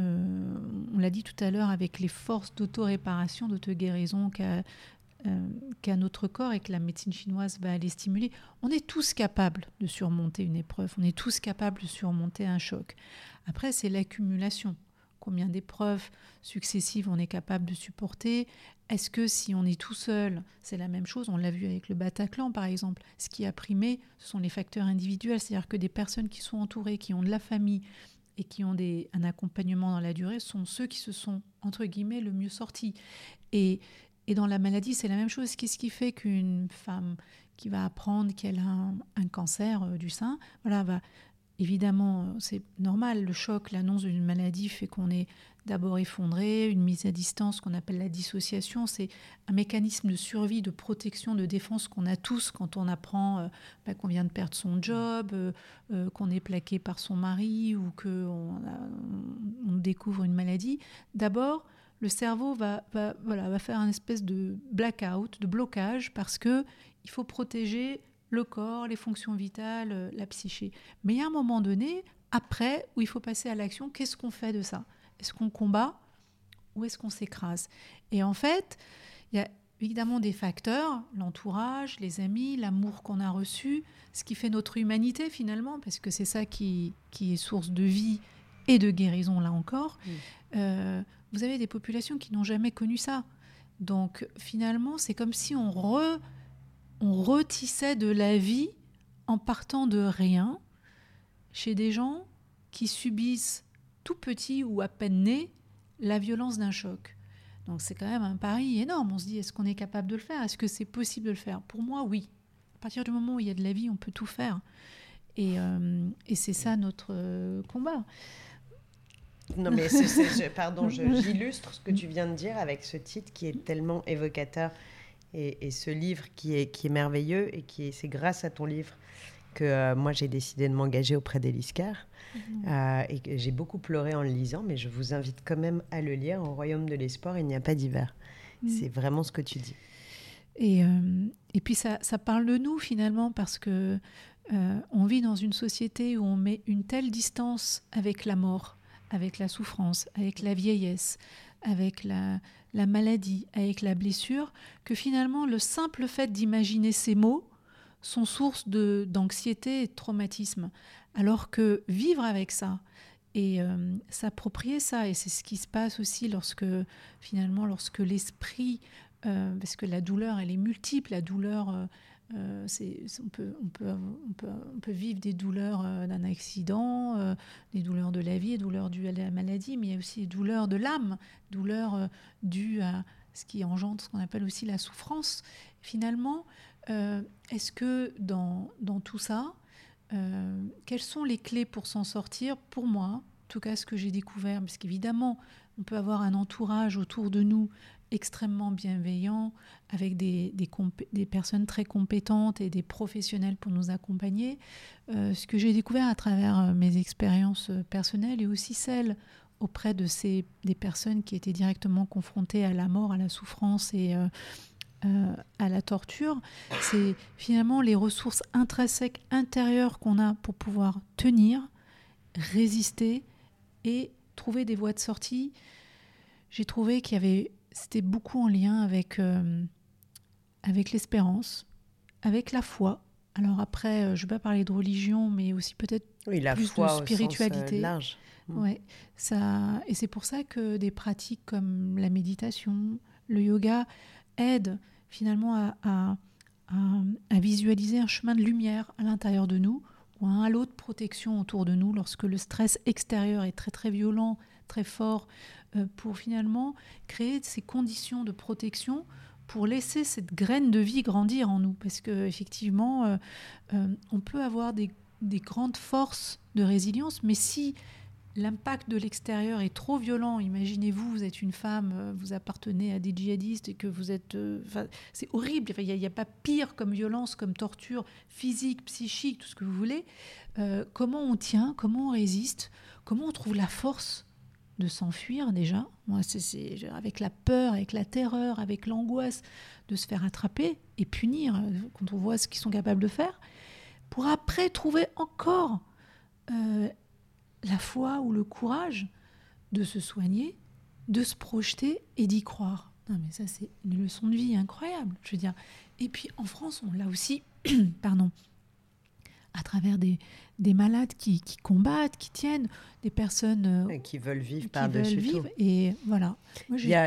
on l'a dit tout à l'heure, avec les forces d'auto-réparation, d'auto-guérison qu'a notre corps et que la médecine chinoise va aller stimuler, on est tous capables de surmonter une épreuve, on est tous capables de surmonter un choc. Après, c'est l'accumulation. Combien d'épreuves successives on est capable de supporter ? Est-ce que si on est tout seul, c'est la même chose ? On l'a vu avec le Bataclan, par exemple. Ce qui a primé, ce sont les facteurs individuels, c'est-à-dire que des personnes qui sont entourées, qui ont de la famille et qui ont un accompagnement dans la durée, sont ceux qui se sont, entre guillemets, le mieux sortis. Et dans la maladie, c'est la même chose. Qu'est-ce qui fait qu'une femme qui va apprendre qu'elle a un cancer du sein, évidemment, c'est normal, le choc, l'annonce d'une maladie fait qu'on est d'abord effondré, une mise à distance qu'on appelle la dissociation, c'est un mécanisme de survie, de protection, de défense qu'on a tous quand on apprend qu'on vient de perdre son job, qu'on est plaqué par son mari ou qu'on découvre une maladie. D'abord, le cerveau va faire un espèce de blackout, de blocage, parce qu'il faut protéger le corps, les fonctions vitales, la psyché. Mais il y a un moment donné, après, où il faut passer à l'action. Qu'est-ce qu'on fait de ça ? Est-ce qu'on combat ou est-ce qu'on s'écrase ? Et en fait, il y a évidemment des facteurs, l'entourage, les amis, l'amour qu'on a reçu, ce qui fait notre humanité finalement, parce que c'est ça qui est source de vie et de guérison, là encore. Vous avez des populations qui n'ont jamais connu ça. Donc finalement, c'est comme si on retissait de la vie en partant de rien chez des gens qui subissent tout petit ou à peine nés la violence d'un choc. Donc c'est quand même un pari énorme. On se dit, est-ce qu'on est capable de le faire ? Est-ce que c'est possible de le faire ? Pour moi, oui. À partir du moment où il y a de la vie, on peut tout faire. Et c'est ça notre combat. Non, mais j'illustre ce que tu viens de dire avec ce titre qui est tellement évocateur et ce livre qui est merveilleux et c'est grâce à ton livre que moi j'ai décidé de m'engager auprès d'Elise Kerr et que j'ai beaucoup pleuré en le lisant, mais je vous invite quand même à le lire. Au Royaume de l'espoir, il n'y a pas d'hiver. C'est vraiment ce que tu dis. Et puis ça parle de nous finalement, parce que on vit dans une société où on met une telle distance avec la mort, avec la souffrance, avec la vieillesse, avec la maladie, avec la blessure, que finalement le simple fait d'imaginer ces mots sont source d'anxiété et de traumatisme. Alors que vivre avec ça et s'approprier ça. Et c'est ce qui se passe aussi lorsque l'esprit, parce que la douleur, elle est multiple, la douleur... on peut vivre des douleurs d'un accident, des douleurs de la vie, des douleurs dues à la maladie, mais il y a aussi des douleurs de l'âme, douleurs dues à ce qui engendre ce qu'on appelle aussi la souffrance. Finalement, est-ce que dans tout ça, quelles sont les clés pour s'en sortir? Pour moi, en tout cas ce que j'ai découvert, parce qu'évidemment, on peut avoir un entourage autour de nous extrêmement bienveillant, avec des personnes très compétentes et des professionnels pour nous accompagner. Ce que j'ai découvert à travers mes expériences personnelles et aussi celles auprès des personnes qui étaient directement confrontées à la mort, à la souffrance et à la torture, c'est finalement les ressources intrinsèques intérieures qu'on a pour pouvoir tenir, résister et trouver des voies de sortie. J'ai trouvé c'était beaucoup en lien avec l'espérance, avec la foi. Alors après, je ne vais pas parler de religion, mais aussi peut-être la plus foi de spiritualité. Au sens large. Ouais, et c'est pour ça que des pratiques comme la méditation, le yoga aident finalement à visualiser un chemin de lumière à l'intérieur de nous ou un halo de protection autour de nous lorsque le stress extérieur est très très violent, très fort, pour finalement créer ces conditions de protection pour laisser cette graine de vie grandir en nous. Parce qu'effectivement, on peut avoir des grandes forces de résilience, mais si l'impact de l'extérieur est trop violent, imaginez-vous, vous êtes une femme, vous appartenez à des djihadistes et que vous êtes... c'est horrible, il n'y a pas pire comme violence, comme torture physique, psychique, tout ce que vous voulez. Comment on tient, comment on résiste, comment on trouve la force de s'enfuir déjà. Moi, c'est avec la peur, avec la terreur, avec l'angoisse de se faire attraper et punir quand on voit ce qu'ils sont capables de faire, pour après trouver encore la foi ou le courage de se soigner, de se projeter et d'y croire. Non, mais ça, c'est une leçon de vie incroyable, je veux dire. Et puis, en France, on l'a aussi, pardon, à travers des malades qui combattent, qui tiennent, des personnes qui veulent vivre par-dessus tout. Et voilà. Moi, il y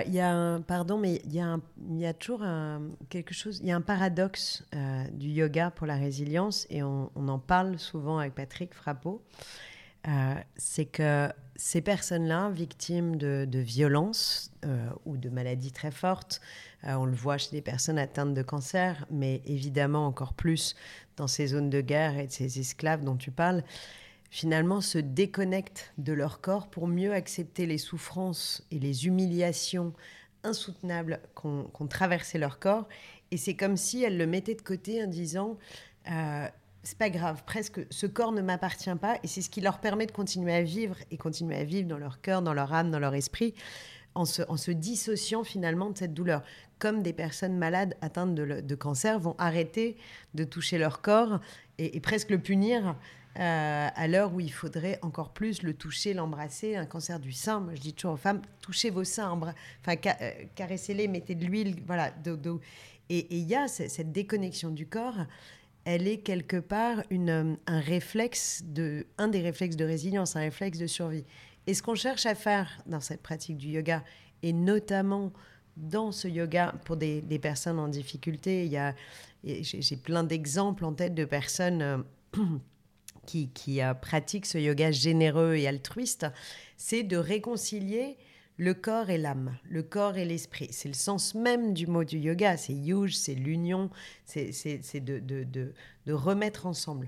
a toujours quelque chose, il y a un paradoxe du yoga pour la résilience, et on en parle souvent avec Patrick Frappeau. C'est que ces personnes-là, victimes de violences ou de maladies très fortes, on le voit chez des personnes atteintes de cancer, mais évidemment encore plus dans ces zones de guerre et de ces esclaves dont tu parles, finalement se déconnectent de leur corps pour mieux accepter les souffrances et les humiliations insoutenables qu'ont traversé leur corps. Et c'est comme si elles le mettaient de côté en disant... c'est pas grave, presque, ce corps ne m'appartient pas, et c'est ce qui leur permet de continuer à vivre, et continuer à vivre dans leur cœur, dans leur âme, dans leur esprit, en se dissociant finalement de cette douleur. Comme des personnes malades atteintes de cancer vont arrêter de toucher leur corps et presque le punir à l'heure où il faudrait encore plus le toucher, l'embrasser. Un cancer du sein, moi je dis toujours aux femmes, touchez vos seins, caressez-les, mettez de l'huile, voilà. Et il y a cette déconnexion du corps. Elle est quelque part un des réflexes de résilience, un réflexe de survie. Et ce qu'on cherche à faire dans cette pratique du yoga, et notamment dans ce yoga pour des personnes en difficulté, j'ai plein d'exemples en tête de personnes qui pratiquent ce yoga généreux et altruiste, c'est de réconcilier le corps et l'âme, le corps et l'esprit. C'est le sens même du mot du yoga, c'est yuj, c'est l'union, c'est de remettre ensemble.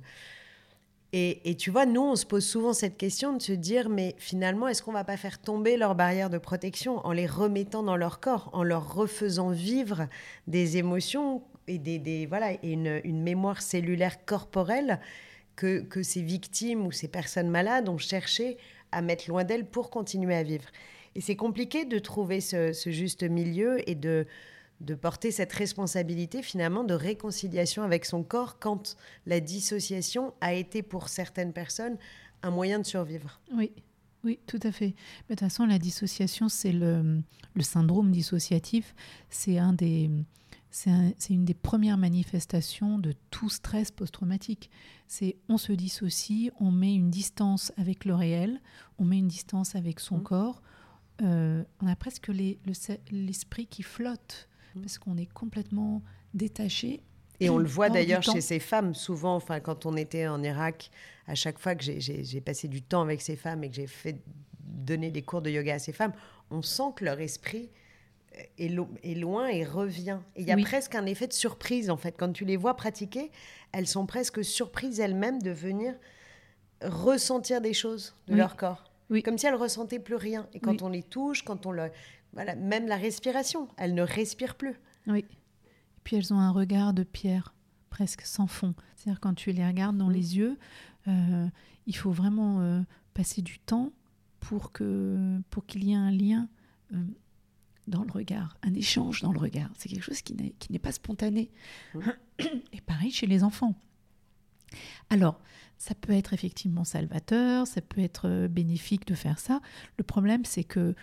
Et tu vois, nous, on se pose souvent cette question de se dire, mais finalement, est-ce qu'on ne va pas faire tomber leurs barrières de protection en les remettant dans leur corps, en leur refaisant vivre des émotions et une mémoire cellulaire corporelle que ces victimes ou ces personnes malades ont cherché à mettre loin d'elles pour continuer à vivre. Et c'est compliqué de trouver ce juste milieu et de porter cette responsabilité finalement de réconciliation avec son corps quand la dissociation a été pour certaines personnes un moyen de survivre. Oui, tout à fait. Mais de toute façon, la dissociation, c'est le syndrome dissociatif, c'est un des c'est une des premières manifestations de tout stress post-traumatique. On se dissocie, on met une distance avec le réel, on met une distance avec son corps. On a presque l'esprit qui flotte parce qu'on est complètement détaché. Et on le voit d'ailleurs chez ces femmes, souvent, quand on était en Irak, à chaque fois que j'ai passé du temps avec ces femmes et que j'ai fait donner des cours de yoga à ces femmes, on sent que leur esprit est loin et revient. Et il y a presque un effet de surprise, en fait. Quand tu les vois pratiquer, elles sont presque surprises elles-mêmes de venir ressentir des choses de leur corps. Comme si elles ne ressentaient plus rien. Et quand on les touche, voilà, même la respiration, elles ne respirent plus. Oui. Et puis elles ont un regard de pierre, presque sans fond. C'est-à-dire quand tu les regardes dans les yeux, il faut vraiment passer du temps pour qu'il y ait un lien dans le regard, un échange dans le regard. C'est quelque chose qui n'est pas spontané. Et pareil chez les enfants. Alors, ça peut être effectivement salvateur, ça peut être bénéfique de faire ça. Le problème, c'est que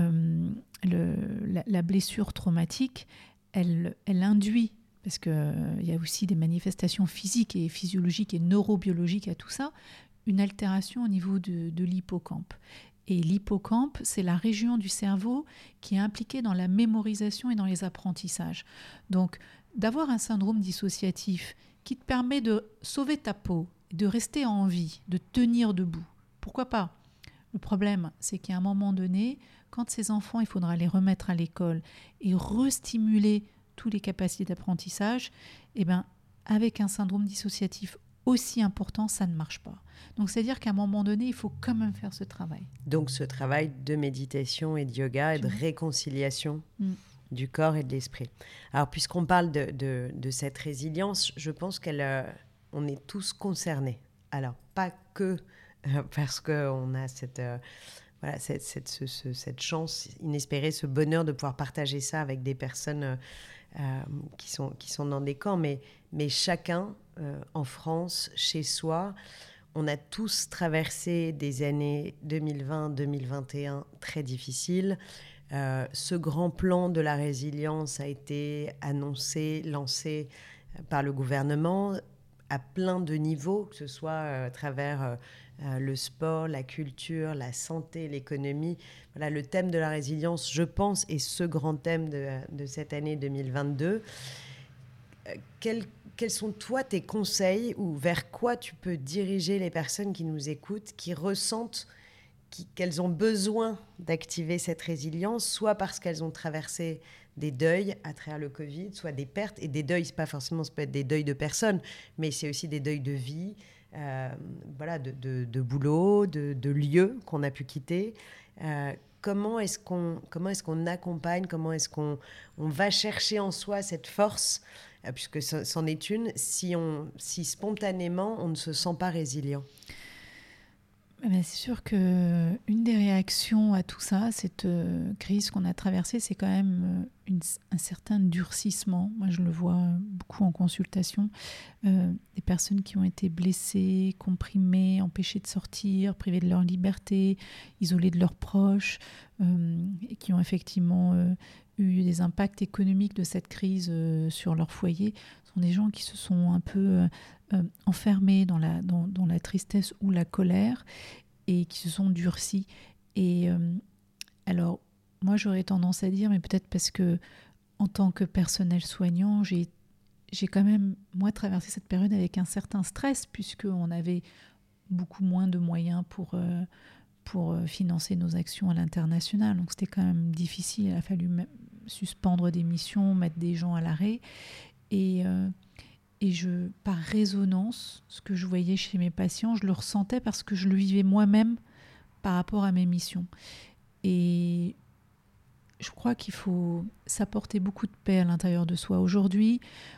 la blessure traumatique, elle induit, parce qu'il y a aussi des manifestations physiques et physiologiques et neurobiologiques à tout ça, une altération au niveau de l'hippocampe. Et l'hippocampe, c'est la région du cerveau qui est impliquée dans la mémorisation et dans les apprentissages. Donc, d'avoir un syndrome dissociatif qui te permet de sauver ta peau, de rester en vie, de tenir debout, pourquoi pas ? Le problème, c'est qu'à un moment donné, quand ces enfants, il faudra les remettre à l'école et restimuler toutes les capacités d'apprentissage, eh ben, avec un syndrome dissociatif aussi important, ça ne marche pas. Donc, c'est-à-dire qu'à un moment donné, il faut quand même faire ce travail. Donc, ce travail de méditation et de yoga et de réconciliation du corps et de l'esprit. Alors, puisqu'on parle de cette résilience, je pense qu'on est tous concernés. Alors, pas que parce qu'on a cette chance inespérée, ce bonheur de pouvoir partager ça avec des personnes qui sont dans des camps, mais chacun, en France, chez soi, on a tous traversé des années 2020-2021 très difficiles. Ce grand plan de la résilience a été annoncé, lancé par le gouvernement à plein de niveaux, que ce soit à travers le sport, la culture, la santé, l'économie. Voilà, le thème de la résilience, je pense, est ce grand thème de cette année 2022. Quels sont, toi, tes conseils ou vers quoi tu peux diriger les personnes qui nous écoutent, qui ressentent qu'elles ont besoin d'activer cette résilience, soit parce qu'elles ont traversé des deuils à travers le Covid, soit des pertes, et des deuils, c'est pas forcément, ça peut être des deuils de personnes, mais c'est aussi des deuils de vie, de boulot, de lieux qu'on a pu quitter. Comment est-ce qu'on accompagne, comment est-ce qu'on va chercher en soi cette force, puisque c'en est une, si spontanément on ne se sent pas résilient? C'est sûr qu'une des réactions à tout ça, cette crise qu'on a traversée, c'est quand même un certain durcissement. Moi, je le vois beaucoup en consultation. Des personnes qui ont été blessées, comprimées, empêchées de sortir, privées de leur liberté, isolées de leurs proches, et qui ont effectivement eu des impacts économiques de cette crise sur leur foyer. Ce sont des gens qui se sont un peu enfermés dans la tristesse ou la colère et qui se sont durcis. Et alors, moi, j'aurais tendance à dire, mais peut-être parce que en tant que personnel soignant, j'ai quand même, moi, traversé cette période avec un certain stress, puisqu'on avait beaucoup moins de moyens pour financer nos actions à l'international. Donc, c'était quand même difficile. Il a fallu suspendre des missions, mettre des gens à l'arrêt. Et par résonance, ce que je voyais chez mes patients, je le ressentais parce que je le vivais moi-même par rapport à mes missions. Et je crois qu'il faut s'apporter beaucoup de paix à l'intérieur de soi. Aujourd'hui,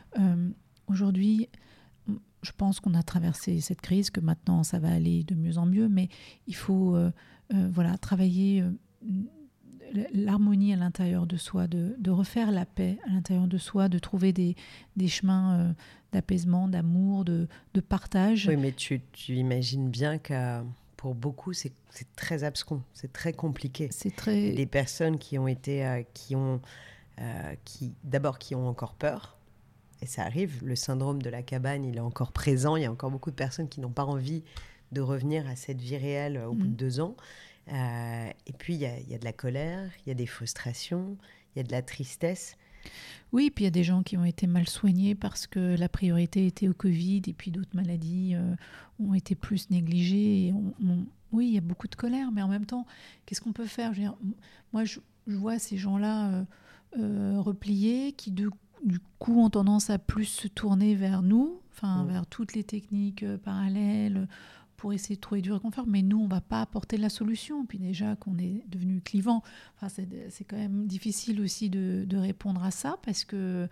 je pense qu'on a traversé cette crise, que maintenant ça va aller de mieux en mieux, mais il faut travailler l'harmonie à l'intérieur de soi, de refaire la paix à l'intérieur de soi, de trouver des chemins d'apaisement, d'amour, de partage. Oui, mais tu imagines bien que pour beaucoup, c'est très abscon, c'est très compliqué. C'est très... Des personnes qui ont qui ont encore peur. Et ça arrive, le syndrome de la cabane, il est encore présent. Il y a encore beaucoup de personnes qui n'ont pas envie de revenir à cette vie réelle au bout de 2 ans. Et puis, il y a de la colère, il y a des frustrations, il y a de la tristesse. Oui, puis il y a des gens qui ont été mal soignés parce que la priorité était au Covid et puis d'autres maladies ont été plus négligées. Oui, il y a beaucoup de colère, mais en même temps, qu'est-ce qu'on peut faire? Je veux dire, moi, je vois ces gens-là repliés qui, du coup, ont tendance à plus se tourner vers nous, vers toutes les techniques parallèles pour essayer de trouver du réconfort. Mais nous, on ne va pas apporter la solution. Puis déjà qu'on est devenu clivant, c'est quand même difficile aussi de répondre à ça parce que,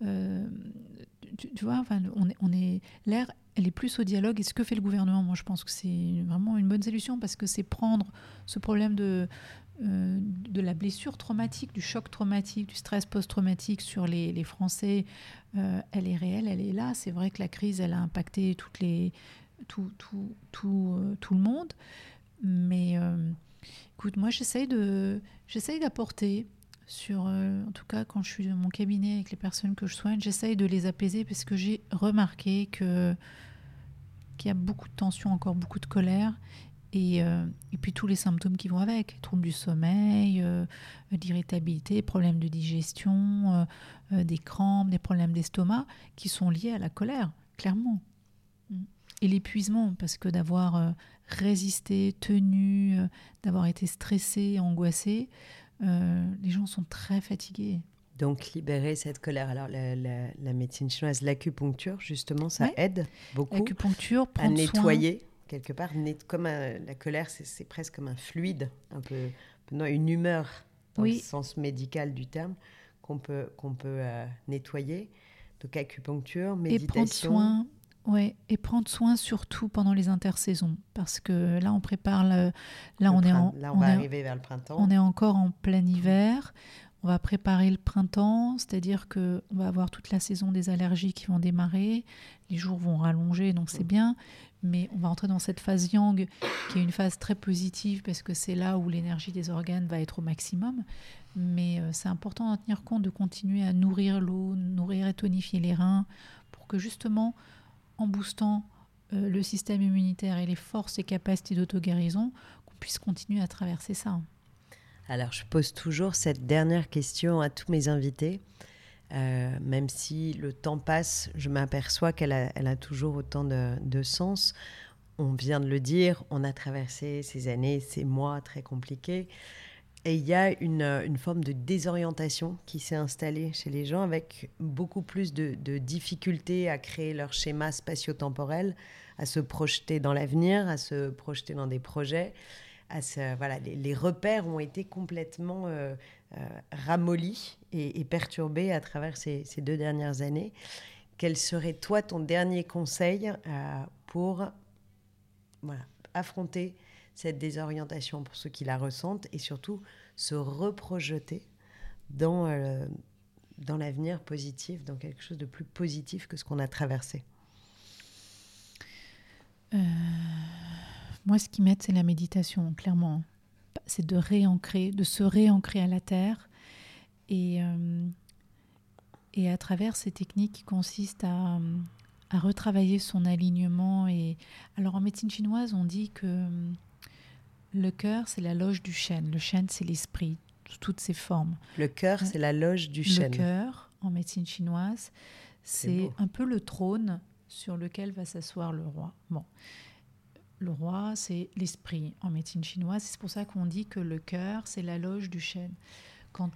tu vois, l'air, elle est plus au dialogue. Et ce que fait le gouvernement, moi, je pense que c'est vraiment une bonne solution parce que c'est prendre ce problème de la blessure traumatique, du choc traumatique, du stress post-traumatique sur les Français, elle est réelle, elle est là. C'est vrai que la crise, elle a impacté tout le monde. Mais écoute, moi, j'essaye d'apporter en tout cas, quand je suis dans mon cabinet avec les personnes que je soigne, j'essaye de les apaiser parce que j'ai remarqué qu'il y a beaucoup de tension, encore beaucoup de colère. Et puis tous les symptômes qui vont avec, troubles du sommeil, d'irritabilité, problèmes de digestion, des crampes, des problèmes d'estomac, qui sont liés à la colère, clairement. Et l'épuisement, parce que d'avoir résisté, tenu, d'avoir été stressé, angoissé, les gens sont très fatigués. Donc, libérer cette colère. Alors, la médecine chinoise, l'acupuncture, justement, ça aide beaucoup l'acupuncture, à nettoyer. Quelque part, comme la colère, c'est presque comme un fluide, un peu une humeur dans le sens médical du terme qu'on peut nettoyer. Donc acupuncture, méditation. Et prendre soin surtout pendant les intersaisons, parce que là on prépare on va arriver vers le printemps. On est encore en plein hiver. On va préparer le printemps, c'est-à-dire qu'on va avoir toute la saison des allergies qui vont démarrer, les jours vont rallonger, donc c'est bien, mais on va entrer dans cette phase yang, qui est une phase très positive, parce que c'est là où l'énergie des organes va être au maximum, mais c'est important d'en tenir compte, de continuer à nourrir l'eau, nourrir et tonifier les reins, pour que justement, en boostant le système immunitaire et les forces et capacités d'auto-guérison, qu'on puisse continuer à traverser ça. Alors, je pose toujours cette dernière question à tous mes invités. Même si le temps passe, je m'aperçois qu'elle a toujours autant de sens. On vient de le dire, on a traversé ces années, ces mois très compliqués. Et il y a une forme de désorientation qui s'est installée chez les gens, avec beaucoup plus de difficultés à créer leur schéma spatio-temporel, à se projeter dans l'avenir, à se projeter dans des projets. Les repères ont été complètement ramollis et perturbés à travers ces 2 dernières années. Quel serait, toi, ton dernier conseil pour affronter cette désorientation pour ceux qui la ressentent et surtout se reprojeter dans l'avenir positif, dans quelque chose de plus positif que ce qu'on a traversé? Moi, ce qui m'aide, c'est la méditation, clairement. C'est de se réancrer à la terre et à travers ces techniques qui consistent à retravailler son alignement. Alors, en médecine chinoise, on dit que le cœur, c'est la loge du chêne. Le chêne, c'est l'esprit, sous toutes ses formes. Le cœur, c'est la loge du chêne. Le cœur, en médecine chinoise, c'est un peu le trône sur lequel va s'asseoir le roi. Bon. Le roi, c'est l'esprit en médecine chinoise. C'est pour ça qu'on dit que le cœur, c'est la loge du chêne. Quand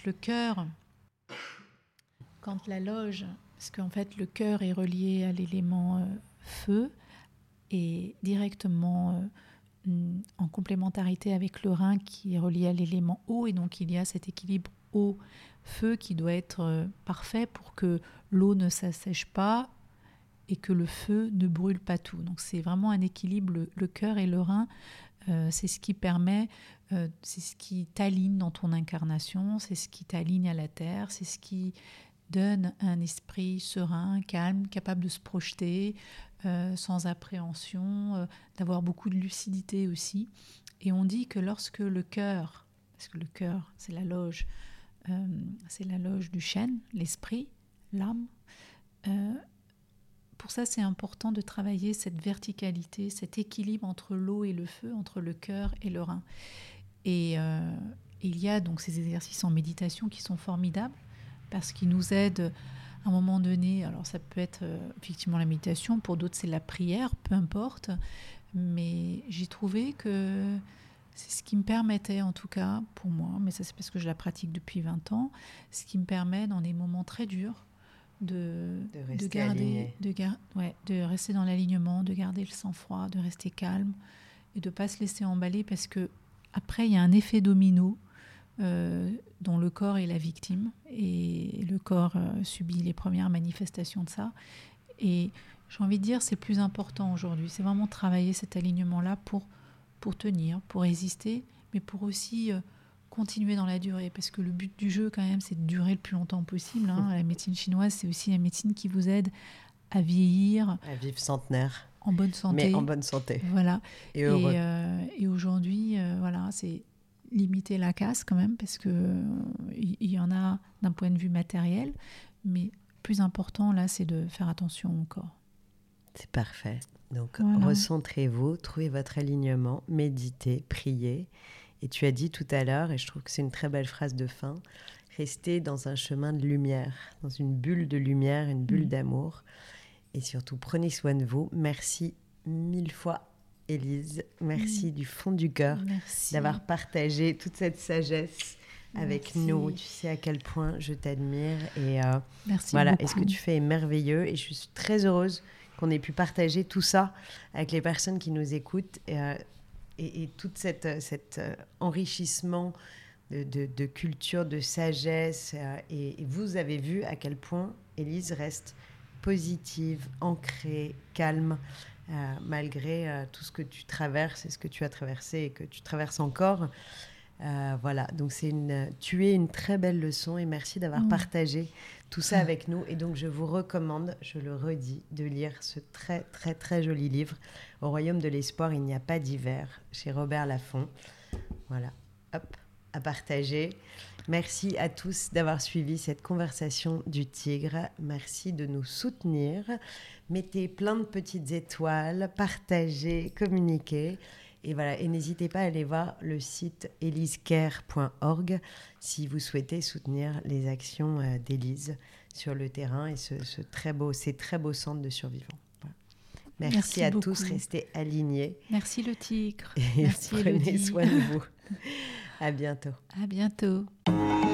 la loge, parce qu'en fait, le cœur est relié à l'élément feu et directement en complémentarité avec le rein qui est relié à l'élément eau. Et donc, il y a cet équilibre eau-feu qui doit être parfait pour que l'eau ne s'assèche pas et que le feu ne brûle pas tout. Donc c'est vraiment un équilibre, le cœur et le rein, c'est ce qui permet, c'est ce qui t'aligne dans ton incarnation, c'est ce qui t'aligne à la terre, c'est ce qui donne un esprit serein, calme, capable de se projeter, sans appréhension, d'avoir beaucoup de lucidité aussi. Et on dit que lorsque le cœur, parce que le cœur c'est la loge C'est la loge du chêne, l'esprit, l'âme. Pour ça, c'est important de travailler cette verticalité, cet équilibre entre l'eau et le feu, entre le cœur et le rein. Et il y a donc ces exercices en méditation qui sont formidables parce qu'ils nous aident à un moment donné. Alors ça peut être effectivement la méditation, pour d'autres c'est la prière, peu importe. Mais j'ai trouvé que c'est ce qui me permettait, en tout cas pour moi, mais ça c'est parce que je la pratique depuis 20 ans, ce qui me permet dans des moments très durs de rester dans l'alignement, de garder le sang-froid, de rester calme et de ne pas se laisser emballer, parce que après il y a un effet domino dont le corps est la victime et le corps subit les premières manifestations de ça. Et j'ai envie de dire, c'est le plus important aujourd'hui, c'est vraiment travailler cet alignement-là pour tenir, pour résister, mais pour aussi continuer dans la durée, parce que le but du jeu quand même c'est de durer le plus longtemps possible, hein. La médecine chinoise, c'est aussi la médecine qui vous aide à vieillir, à vivre centenaire, en bonne santé, mais en bonne santé, voilà. Et heureux. Et aujourd'hui voilà, c'est limiter la casse quand même, parce que il y en a d'un point de vue matériel, mais le plus important là c'est de faire attention au corps. C'est parfait. Donc voilà. Recentrez-vous, trouvez votre alignement, méditez, priez. Et tu as dit tout à l'heure, et je trouve que c'est une très belle phrase de fin, restez dans un chemin de lumière, dans une bulle de lumière, une bulle d'amour. Et surtout, prenez soin de vous. Merci 1000 fois, Élise. Merci du fond du cœur d'avoir partagé toute cette sagesse avec nous. Tu sais à quel point je t'admire. Et merci voilà, beaucoup. Et ce que tu fais est merveilleux. Et je suis très heureuse qu'on ait pu partager tout ça avec les personnes qui nous écoutent. Et tout cet enrichissement de culture, de sagesse. Et vous avez vu à quel point Élise reste positive, ancrée, calme, malgré tout ce que tu traverses et ce que tu as traversé et que tu traverses encore. Voilà, donc tu es une très belle leçon et merci d'avoir partagé tout ça avec nous. Et donc je vous recommande, je le redis, de lire ce très très très joli livre, Au royaume de l'espoir, il n'y a pas d'hiver, chez Robert Laffont. Voilà, hop, à partager. Merci à tous d'avoir suivi cette conversation du tigre. Merci de nous soutenir. Mettez plein de petites étoiles, partagez, communiquez. Et voilà, et n'hésitez pas à aller voir le site elisecare.org si vous souhaitez soutenir les actions d'Élise sur le terrain et ces très beaux centres de survivants. Voilà. Merci à tous, restez alignés. Merci le tigre. Et merci prenez soin de vous. À bientôt. À bientôt.